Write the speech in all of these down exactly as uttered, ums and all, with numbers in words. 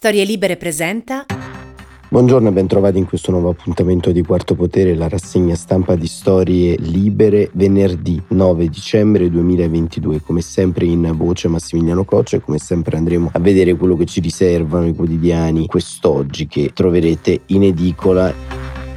Storie Libere presenta. Buongiorno e bentrovati in questo nuovo appuntamento di Quarto Potere, la rassegna stampa di Storie Libere, venerdì nove dicembre duemilaventidue. Come sempre in voce Massimiliano Coccia e come sempre andremo a vedere quello che ci riservano i quotidiani quest'oggi, che troverete in edicola.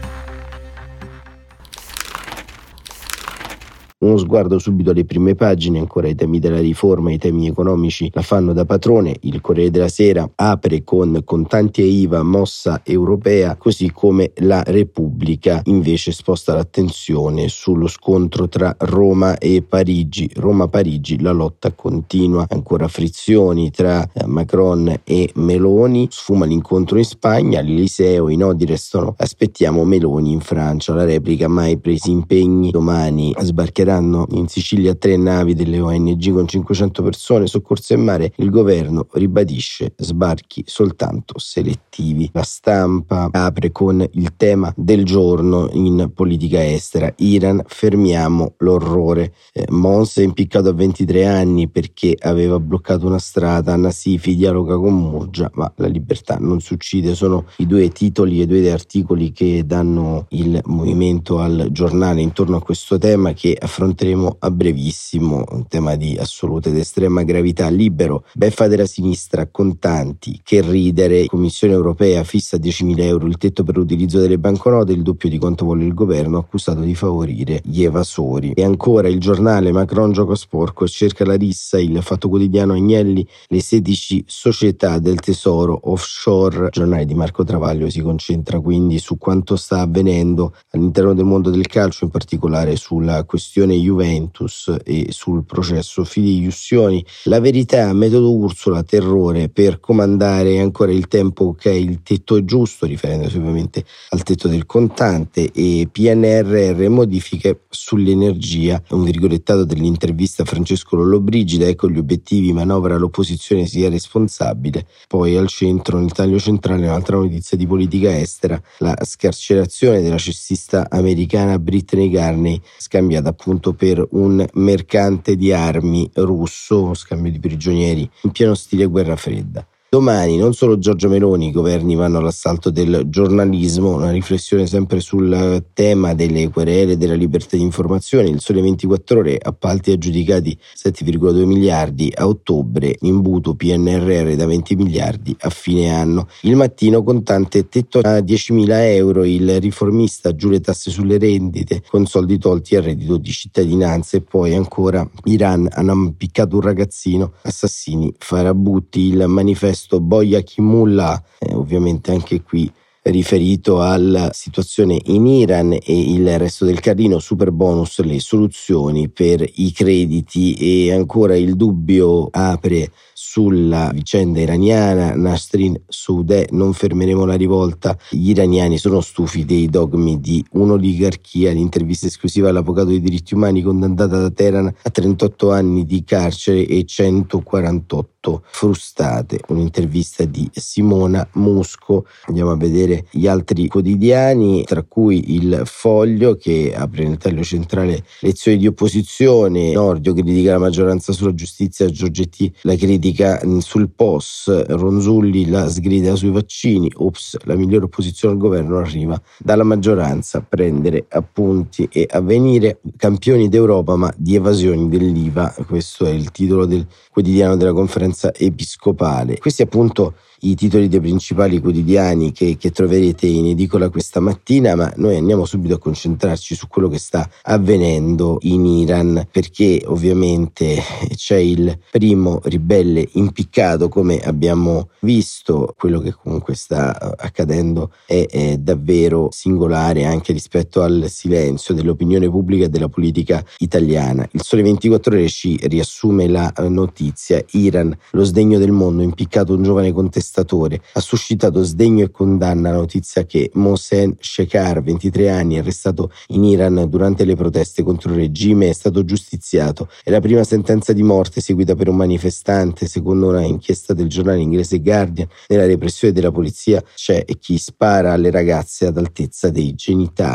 Uno sguardo subito alle prime pagine, ancora i temi della riforma, i temi economici la fanno da padrone. Il Corriere della Sera apre con contanti e I V A, mossa europea, così come la Repubblica invece sposta l'attenzione sullo scontro tra Roma e Parigi. Roma-Parigi, la lotta continua, ancora frizioni tra Macron e Meloni, sfuma l'incontro in Spagna, all'Eliseo i nodi restano, aspettiamo Meloni in Francia, la replica mai presi impegni, domani sbarcherà in Sicilia tre navi delle O N G con cinquecento persone soccorse in mare. Il governo ribadisce sbarchi soltanto selettivi. La Stampa apre con il tema del giorno in politica estera: Iran, fermiamo l'orrore. eh, Mons è impiccato a ventitré anni perché aveva bloccato una strada. Nasifi dialoga con Murgia, ma la libertà non si uccide. Sono i due titoli e i due articoli che danno il movimento al giornale intorno a questo tema, che affronteremo a brevissimo, un tema di assoluta ed estrema gravità. Libero, beffa della sinistra, contanti, che ridere. Commissione europea fissa a diecimila euro il tetto per l'utilizzo delle banconote, il doppio di quanto vuole il governo, accusato di favorire gli evasori. E ancora il giornale, Macron gioco sporco e cerca la rissa. Il Fatto Quotidiano, Agnelli, le sedici società del tesoro offshore. Il giornale di Marco Travaglio si concentra quindi su quanto sta avvenendo all'interno del mondo del calcio, in particolare sulla questione Juventus e sul processo Fidi-Iussioni. La Verità, metodo Ursula, terrore per comandare. Ancora Il Tempo, che il tetto è giusto, riferendosi ovviamente al tetto del contante. E P N R R, modifiche sull'energia, un virgolettato dell'intervista a Francesco Lollobrigida, ecco gli obiettivi, manovra l'opposizione sia responsabile. Poi al centro, nel taglio centrale, un'altra notizia di politica estera, la scarcerazione della cestista americana Brittany Carney, scambiata appunto per un mercante di armi russo, scambio di prigionieri in pieno stile guerra fredda. Domani non solo Giorgia Meloni, i governi vanno all'assalto del giornalismo, una riflessione sempre sul tema delle querele, della libertà di informazione. Il Sole ventiquattro Ore, appalti aggiudicati sette virgola due miliardi a ottobre, imbuto P N R R da venti miliardi a fine anno. Il Mattino, contante tetto a diecimila euro, il Riformista giù le tasse sulle rendite con soldi tolti al reddito di cittadinanza. E poi ancora Iran, hanno impiccato un ragazzino, assassini farabutti. Il Manifesto, Boia Kimullah, eh, ovviamente anche qui riferito alla situazione in Iran. E il Resto del Carlino, super bonus, le soluzioni per i crediti. E ancora Il Dubbio apre sulla vicenda iraniana, Nasrin Soudeh, non fermeremo la rivolta, gli iraniani sono stufi dei dogmi di un'oligarchia. L'intervista esclusiva all'avvocato dei diritti umani, condannata da Teheran a trentotto anni di carcere e centoquarantotto frustate, un'intervista di Simona Musco. Andiamo a vedere gli altri quotidiani, tra cui Il Foglio, che apre nel taglio centrale lezioni di opposizione. Nordio critica la maggioranza sulla giustizia, Giorgetti la critica sul P O S, Ronzulli la sgrida sui vaccini. Ops, la migliore opposizione al governo arriva dalla maggioranza. Prendere appunti. E Avvenire, campioni d'Europa ma di evasioni dell'I V A, questo è il titolo del quotidiano della Conferenza Episcopale. Questi appunto i titoli dei principali quotidiani che, che troverete in edicola questa mattina, ma noi andiamo subito a concentrarci su quello che sta avvenendo in Iran, perché ovviamente c'è il primo ribelle impiccato, come abbiamo visto. Quello che comunque sta accadendo è, è davvero singolare anche rispetto al silenzio dell'opinione pubblica e della politica italiana. Il Sole ventiquattro Ore ci riassume la notizia: Iran, lo sdegno del mondo, impiccato un giovane contestatore, ha suscitato sdegno e condanna la notizia che Mohsen Shekhar, ventitré anni, arrestato in Iran durante le proteste contro il regime, è stato giustiziato. È la prima sentenza di morte eseguita per un manifestante. Secondo una inchiesta del giornale inglese Guardian, nella repressione della polizia c'è chi spara alle ragazze ad altezza dei genitali.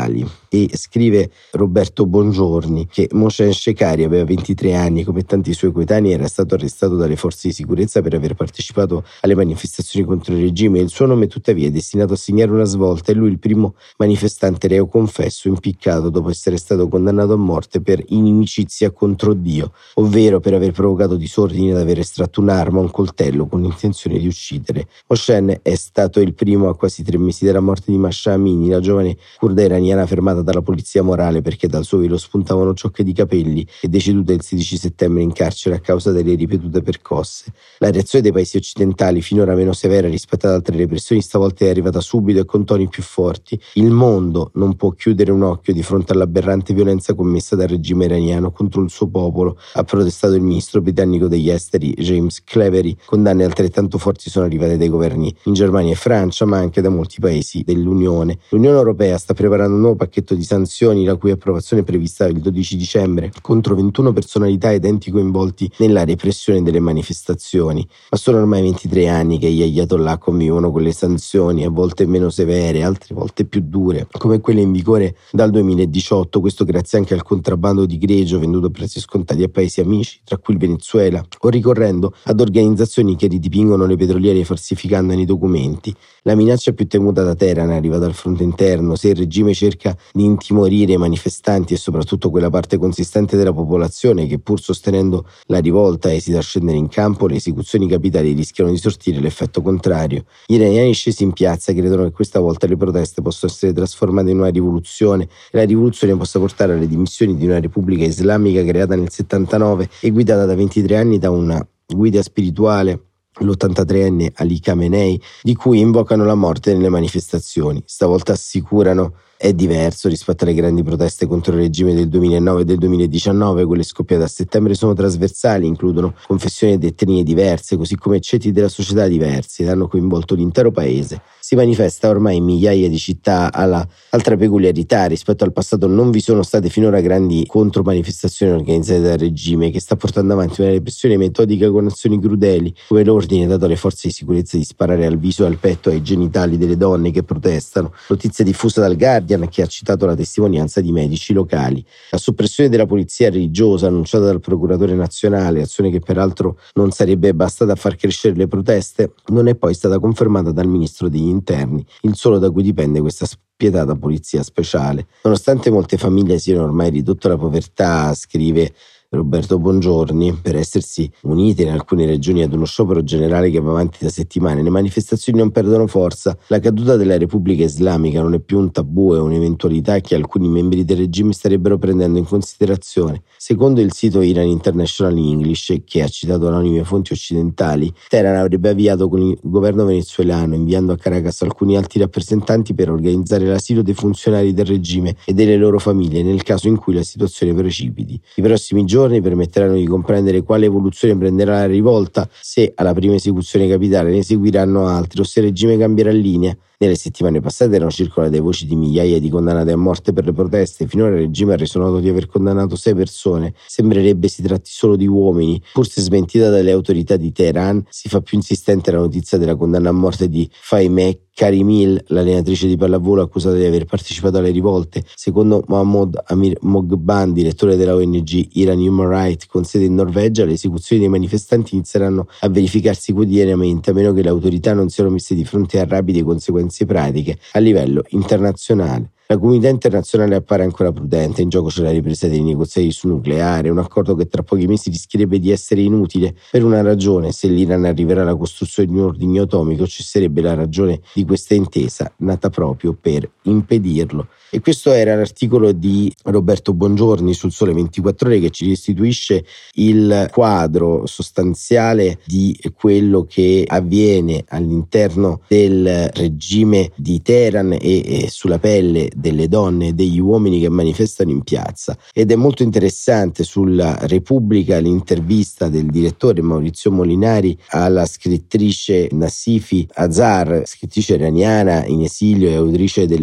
E scrive Roberto Bongiorni che Mohsen Shekari aveva ventitré anni e come tanti suoi coetanei era stato arrestato dalle forze di sicurezza per aver partecipato alle manifestazioni contro il regime. Il suo nome tuttavia è destinato a segnare una svolta e lui il primo manifestante reo confesso impiccato dopo essere stato condannato a morte per inimicizia contro Dio, ovvero per aver provocato disordini ed aver estratto un'arma o un coltello con l'intenzione di uccidere. Mohsen è stato il primo a quasi tre mesi dalla morte di Mahsa Amini, la giovane curda iraniana fermata dalla polizia morale perché dal suo velo spuntavano ciocche di capelli, e deceduta il sedici settembre in carcere a causa delle ripetute percosse. La reazione dei paesi occidentali, finora meno severa rispetto ad altre repressioni, stavolta è arrivata subito e con toni più forti. Il mondo non può chiudere un occhio di fronte all'aberrante violenza commessa dal regime iraniano contro il suo popolo, ha protestato il ministro britannico degli esteri James Cleverly. Condanne altrettanto forti sono arrivate dai governi in Germania e Francia, ma anche da molti paesi dell'Unione. L'Unione Europea sta preparando un nuovo pacchetto di sanzioni la cui approvazione è prevista il dodici dicembre contro ventuno personalità ed enti coinvolti nella repressione delle manifestazioni. Ma sono ormai ventitré anni che gli ayatollah convivono con le sanzioni, a volte meno severe, altre volte più dure, come quelle in vigore dal duemiladiciotto, questo grazie anche al contrabbando di greggio venduto a prezzi scontati a paesi amici, tra cui il Venezuela, o ricorrendo ad organizzazioni che ridipingono le petroliere falsificandone i documenti. La minaccia più temuta da Teheran arriva dal fronte interno. Se il regime cerca di intimorire i manifestanti e soprattutto quella parte consistente della popolazione che, pur sostenendo la rivolta, esita a scendere in campo, le esecuzioni capitali rischiano di sortire l'effetto contrario. Gli iraniani scesi in piazza credono che questa volta le proteste possano essere trasformate in una rivoluzione e la rivoluzione possa portare alle dimissioni di una repubblica islamica creata nel settantanove e guidata da ventitré anni da una guida spirituale, l'ottantatreenne Ali Khamenei, di cui invocano la morte nelle manifestazioni. Stavolta assicurano è diverso rispetto alle grandi proteste contro il regime del duemilanove e del duemiladiciannove. Quelle scoppiate a settembre sono trasversali, includono confessioni ed etnie diverse, così come ceti della società diversi, ed hanno coinvolto l'intero paese. Si manifesta ormai in migliaia di città. Alla altra peculiarità: rispetto al passato non vi sono state finora grandi contromanifestazioni organizzate dal regime, che sta portando avanti una repressione metodica con azioni crudeli, come l'ordine dato alle forze di sicurezza di sparare al viso e al petto e ai genitali delle donne che protestano. Notizia diffusa dal Guardian, che ha citato la testimonianza di medici locali. La soppressione della polizia religiosa annunciata dal procuratore nazionale, azione che peraltro non sarebbe bastata a far crescere le proteste, non è poi stata confermata dal ministro degli interni, il solo da cui dipende questa spietata polizia speciale. Nonostante molte famiglie siano ormai ridotte alla povertà, scrive Roberto Bongiorni, per essersi unite in alcune regioni ad uno sciopero generale che va avanti da settimane, le manifestazioni non perdono forza. La caduta della Repubblica Islamica non è più un tabù, è un'eventualità che alcuni membri del regime starebbero prendendo in considerazione. Secondo il sito Iran International English, che ha citato anonime fonti occidentali, Teheran avrebbe avviato con il governo venezuelano, inviando a Caracas alcuni alti rappresentanti per organizzare l'asilo dei funzionari del regime e delle loro famiglie nel caso in cui la situazione precipiti. I prossimi giorni permetteranno di comprendere quale evoluzione prenderà la rivolta, se alla prima esecuzione capitale ne seguiranno altre o se il regime cambierà linea. Nelle settimane passate erano circolate voci di migliaia di condannati a morte per le proteste. Finora il regime ha reso noto di aver condannato sei persone. Sembrerebbe si tratti solo di uomini. Pur se smentita dalle autorità di Teheran, si fa più insistente la notizia della condanna a morte di Faimeh Karimil, l'allenatrice di pallavolo accusata di aver partecipato alle rivolte. Secondo Mohammad Amir Mogban, direttore della O N G Iran Human Rights con sede in Norvegia, le esecuzioni dei manifestanti inizieranno a verificarsi quotidianamente, a meno che le autorità non siano messe di fronte a rapide conseguenze pratiche a livello internazionale. La comunità internazionale appare ancora prudente. In gioco c'è la ripresa dei negoziati sul nucleare, un accordo che tra pochi mesi rischierebbe di essere inutile per una ragione: se l'Iran arriverà alla costruzione di un ordigno atomico, cesserebbe la ragione di questa intesa, nata proprio per impedirlo. E questo era l'articolo di Roberto Bongiorni sul Sole ventiquattro Ore, che ci restituisce il quadro sostanziale di quello che avviene all'interno del regime di Teheran e, e sulla pelle delle donne e degli uomini che manifestano in piazza. Ed è molto interessante sulla Repubblica l'intervista del direttore Maurizio Molinari alla scrittrice Nassifi Azar, scrittrice iraniana in esilio e autrice del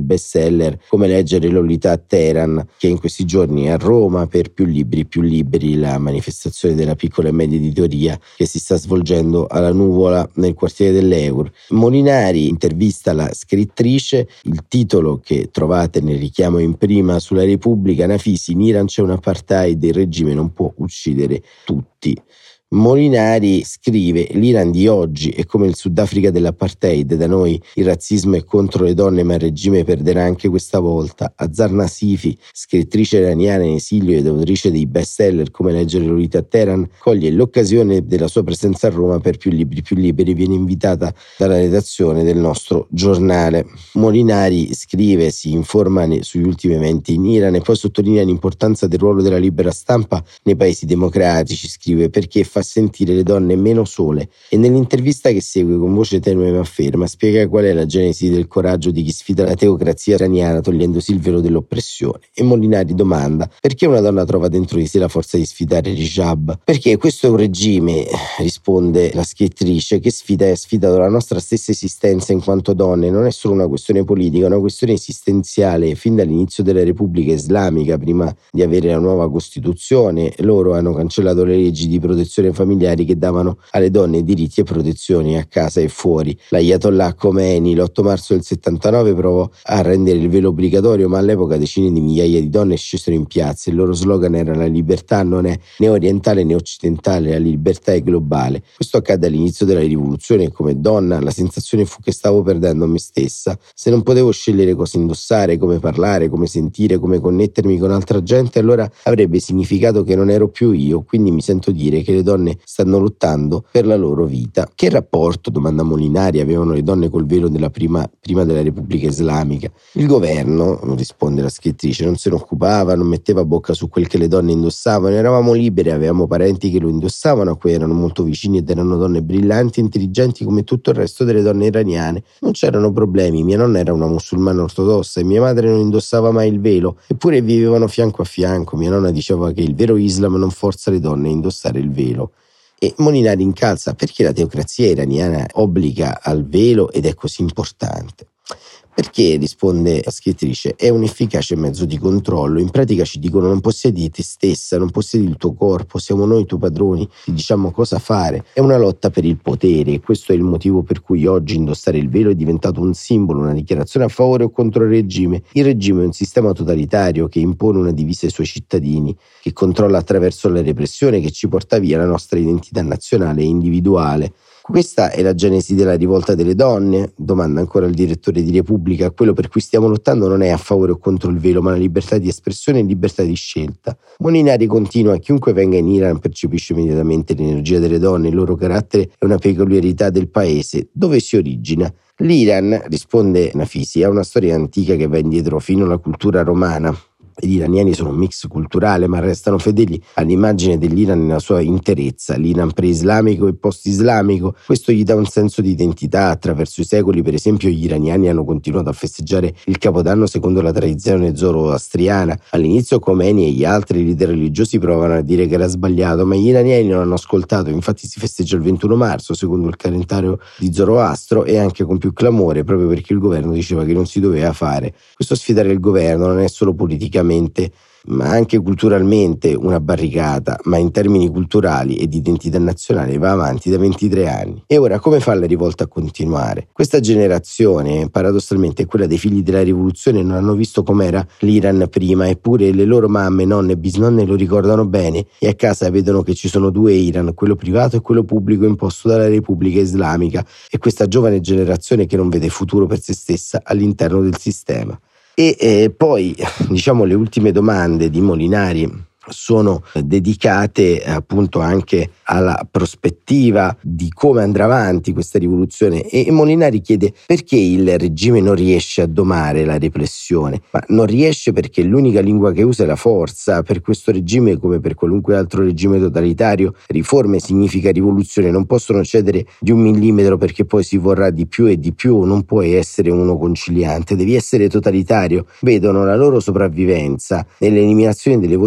bestseller come Leggere Lolita a Teheran, che in questi giorni è a Roma per Più Libri Più Liberi, la manifestazione della piccola e media editoria che si sta svolgendo alla Nuvola nel quartiere dell'Eur. Molinari intervista la scrittrice, il titolo che trovate nel richiamo in prima sulla Repubblica: Nafisi, in Iran c'è un apartheid, il regime non può uccidere tutti. Molinari scrive: l'Iran di oggi è come il Sudafrica dell'apartheid, da noi il razzismo è contro le donne ma il regime perderà anche questa volta. Azar Nasifi, scrittrice iraniana in esilio ed autrice dei bestseller come Leggere Lolita a Teheran, coglie l'occasione della sua presenza a Roma per Più Libri Più Liberi, viene invitata dalla redazione del nostro giornale. Molinari scrive, si informa sugli ultimi eventi in Iran e poi sottolinea l'importanza del ruolo della libera stampa nei paesi democratici. Scrive: perché fa sentire le donne meno sole, e nell'intervista che segue con voce tenue ma ferma spiega qual è la genesi del coraggio di chi sfida la teocrazia iraniana togliendosi il velo dell'oppressione. E Molinari domanda: perché una donna trova dentro di sé la forza di sfidare il hijab? Perché questo è un regime, risponde la scrittrice, che sfida e ha sfidato la nostra stessa esistenza in quanto donne. Non è solo una questione politica, è una questione esistenziale. Fin dall'inizio della Repubblica Islamica, prima di avere la nuova Costituzione, loro hanno cancellato le leggi di protezione familiari che davano alle donne diritti e protezioni a casa e fuori. L'Ayatollah Khomeini l'otto marzo del settantanove provò a rendere il velo obbligatorio, ma all'epoca decine di migliaia di donne scesero in piazza. Il loro slogan era: la libertà non è né orientale né occidentale, la libertà è globale. Questo accadde all'inizio della rivoluzione e come donna la sensazione fu che stavo perdendo me stessa. Se non potevo scegliere cosa indossare, come parlare, come sentire, come connettermi con altra gente, allora avrebbe significato che non ero più io. Quindi mi sento dire che le donne stanno lottando per la loro vita. Che rapporto, domanda Molinari, avevano le donne col velo della prima, prima della Repubblica Islamica? Il governo, risponde la scrittrice, non se ne occupava, non metteva bocca su quel che le donne indossavano. Eravamo libere, avevamo parenti che lo indossavano, a cui erano molto vicini ed erano donne brillanti, intelligenti come tutto il resto delle donne iraniane. Non c'erano problemi. Mia nonna era una musulmana ortodossa e mia madre non indossava mai il velo, eppure vivevano fianco a fianco. Mia nonna diceva che il vero Islam non forza le donne a indossare il velo. E Molinari incalza: perché la teocrazia iraniana obbliga al velo ed è così importante? Perché, risponde la scrittrice, è un efficace mezzo di controllo. In pratica ci dicono: non possiedi te stessa, non possiedi il tuo corpo, siamo noi i tuoi padroni, ti diciamo cosa fare. È una lotta per il potere e questo è il motivo per cui oggi indossare il velo è diventato un simbolo, una dichiarazione a favore o contro il regime. Il regime è un sistema totalitario che impone una divisa ai suoi cittadini, che controlla attraverso la repressione, che ci porta via la nostra identità nazionale e individuale. Questa è la genesi della rivolta delle donne? Domanda ancora il direttore di Repubblica. Quello per cui stiamo lottando non è a favore o contro il velo, ma la libertà di espressione e libertà di scelta. Molinari continua: chiunque venga in Iran percepisce immediatamente l'energia delle donne, il loro carattere è una peculiarità del paese. Dove si origina? L'Iran, risponde Nafisi, ha una storia antica che va indietro fino alla cultura romana. Gli iraniani sono un mix culturale, ma restano fedeli all'immagine dell'Iran nella sua interezza, l'Iran pre-islamico e post-islamico. Questo gli dà un senso di identità. Attraverso i secoli, per esempio, gli iraniani hanno continuato a festeggiare il Capodanno secondo la tradizione zoroastriana. All'inizio Khomeini e gli altri leader religiosi provavano a dire che era sbagliato, ma gli iraniani non hanno ascoltato. Infatti si festeggia il ventuno marzo secondo il calendario di Zoroastro e anche con più clamore, proprio perché il governo diceva che non si doveva fare. Questo sfidare il governo non è solo politicamente ma anche culturalmente una barricata, ma in termini culturali e di identità nazionale va avanti da ventitré anni. E ora come fa la rivolta a continuare? Questa generazione, paradossalmente, è quella dei figli della rivoluzione, non hanno visto com'era l'Iran prima, eppure le loro mamme, nonne e bisnonne lo ricordano bene e a casa vedono che ci sono due Iran, quello privato e quello pubblico imposto dalla Repubblica Islamica, e questa giovane generazione che non vede futuro per se stessa all'interno del sistema. E eh, poi, diciamo, le ultime domande di Molinari sono dedicate appunto anche alla prospettiva di come andrà avanti questa rivoluzione, e Molinari chiede perché il regime non riesce a domare la repressione. Ma non riesce perché l'unica lingua che usa è la forza. Per questo regime, come per qualunque altro regime totalitario, riforme significa rivoluzione, non possono cedere di un millimetro perché poi si vorrà di più e di più. Non puoi essere uno conciliante, devi essere totalitario. Vedono la loro sopravvivenza nell'eliminazione delle voci del popolo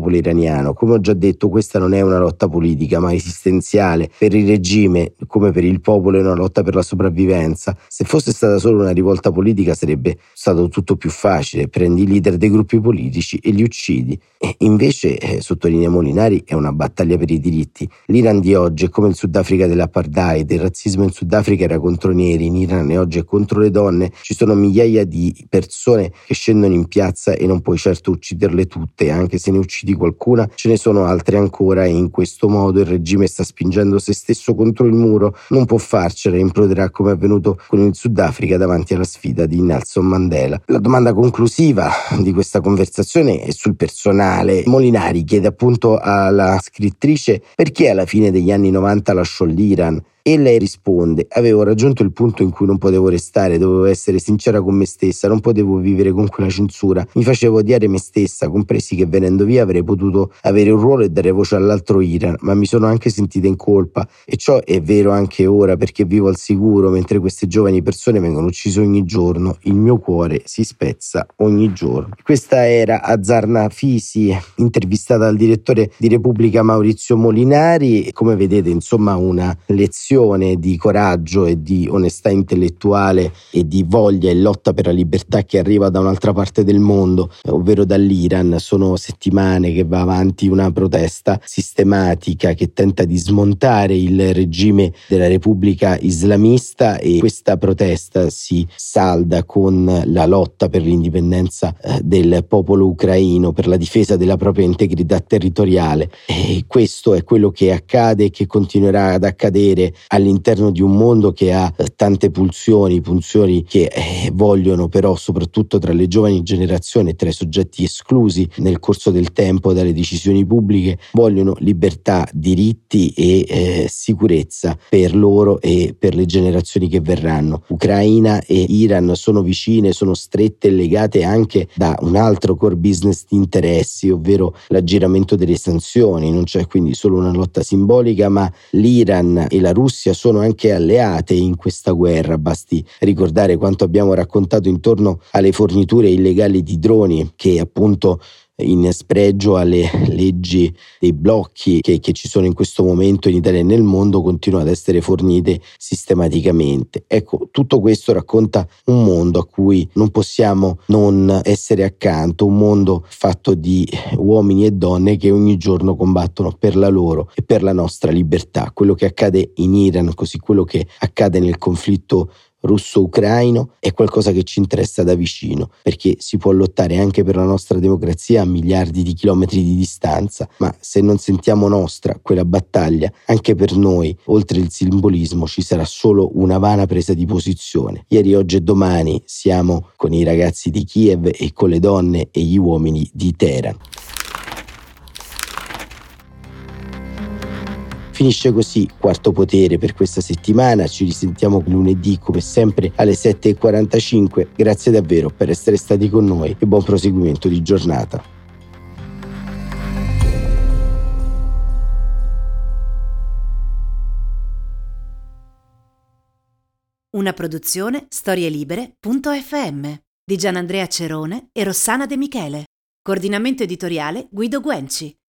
popolo iraniano. Come ho già detto, questa non è una lotta politica ma esistenziale. Per il regime come per il popolo è una lotta per la sopravvivenza. Se fosse stata solo una rivolta politica sarebbe stato tutto più facile: prendi i leader dei gruppi politici e li uccidi. E invece, eh, sottolinea Molinari, è una battaglia per i diritti. L'Iran di oggi è come il Sudafrica dell'apartheid. Il razzismo in Sudafrica era contro i neri, in Iran e oggi è contro le donne. Ci sono migliaia di persone che scendono in piazza e non puoi certo ucciderle tutte. Anche se ne uccidi qualcuna, ce ne sono altre ancora, e in questo modo il regime sta spingendo se stesso contro il muro. Non può farcela e imploderà come è avvenuto con il Sudafrica davanti alla sfida di Nelson Mandela. La domanda conclusiva di questa conversazione è sul personale. Molinari chiede appunto alla scrittrice perché alla fine degli anni novanta lasciò l'Iran. E lei risponde: avevo raggiunto il punto in cui non potevo restare, dovevo essere sincera con me stessa, non potevo vivere con quella censura, mi facevo odiare me stessa, compresi che venendo via avrei potuto avere un ruolo e dare voce all'altro Iran, ma mi sono anche sentita in colpa, e ciò è vero anche ora perché vivo al sicuro mentre queste giovani persone vengono uccise ogni giorno, il mio cuore si spezza ogni giorno. Questa era Azarna Fisi, intervistata dal direttore di Repubblica Maurizio Molinari. Come vedete, insomma, una lezione di coraggio e di onestà intellettuale e di voglia e lotta per la libertà che arriva da un'altra parte del mondo, ovvero dall'Iran. Sono settimane che va avanti una protesta sistematica che tenta di smontare il regime della Repubblica Islamista, e questa protesta si salda con la lotta per l'indipendenza del popolo ucraino, per la difesa della propria integrità territoriale. E questo è quello che accade e che continuerà ad accadere all'interno di un mondo che ha tante pulsioni, pulsioni che eh, vogliono però, soprattutto tra le giovani generazioni e tra i soggetti esclusi nel corso del tempo dalle decisioni pubbliche, vogliono libertà, diritti e eh, sicurezza per loro e per le generazioni che verranno. Ucraina e Iran sono vicine, sono strette e legate anche da un altro core business di interessi, ovvero l'aggiramento delle sanzioni. Non c'è quindi solo una lotta simbolica, ma l'Iran e la Russia sono anche alleate in questa guerra. Basti ricordare quanto abbiamo raccontato intorno alle forniture illegali di droni che, appunto, in spregio alle leggi dei blocchi che, che ci sono in questo momento in Italia e nel mondo, continuano ad essere fornite sistematicamente. Ecco, tutto questo racconta un mondo a cui non possiamo non essere accanto, un mondo fatto di uomini e donne che ogni giorno combattono per la loro e per la nostra libertà. Quello che accade in Iran, così quello che accade nel conflitto russo-ucraino, è qualcosa che ci interessa da vicino, perché si può lottare anche per la nostra democrazia a miliardi di chilometri di distanza, ma se non sentiamo nostra quella battaglia, anche per noi, oltre il simbolismo, ci sarà solo una vana presa di posizione. Ieri, oggi e domani siamo con i ragazzi di Kiev e con le donne e gli uomini di Teheran. Finisce così Quarto Potere per questa settimana. Ci risentiamo lunedì come sempre alle sette e quarantacinque. Grazie davvero per essere stati con noi e buon proseguimento di giornata. Una produzione storielibere punto effe emme di Gianandrea Cerone e Rossana De Michele. Coordinamento editoriale Guido Guenci.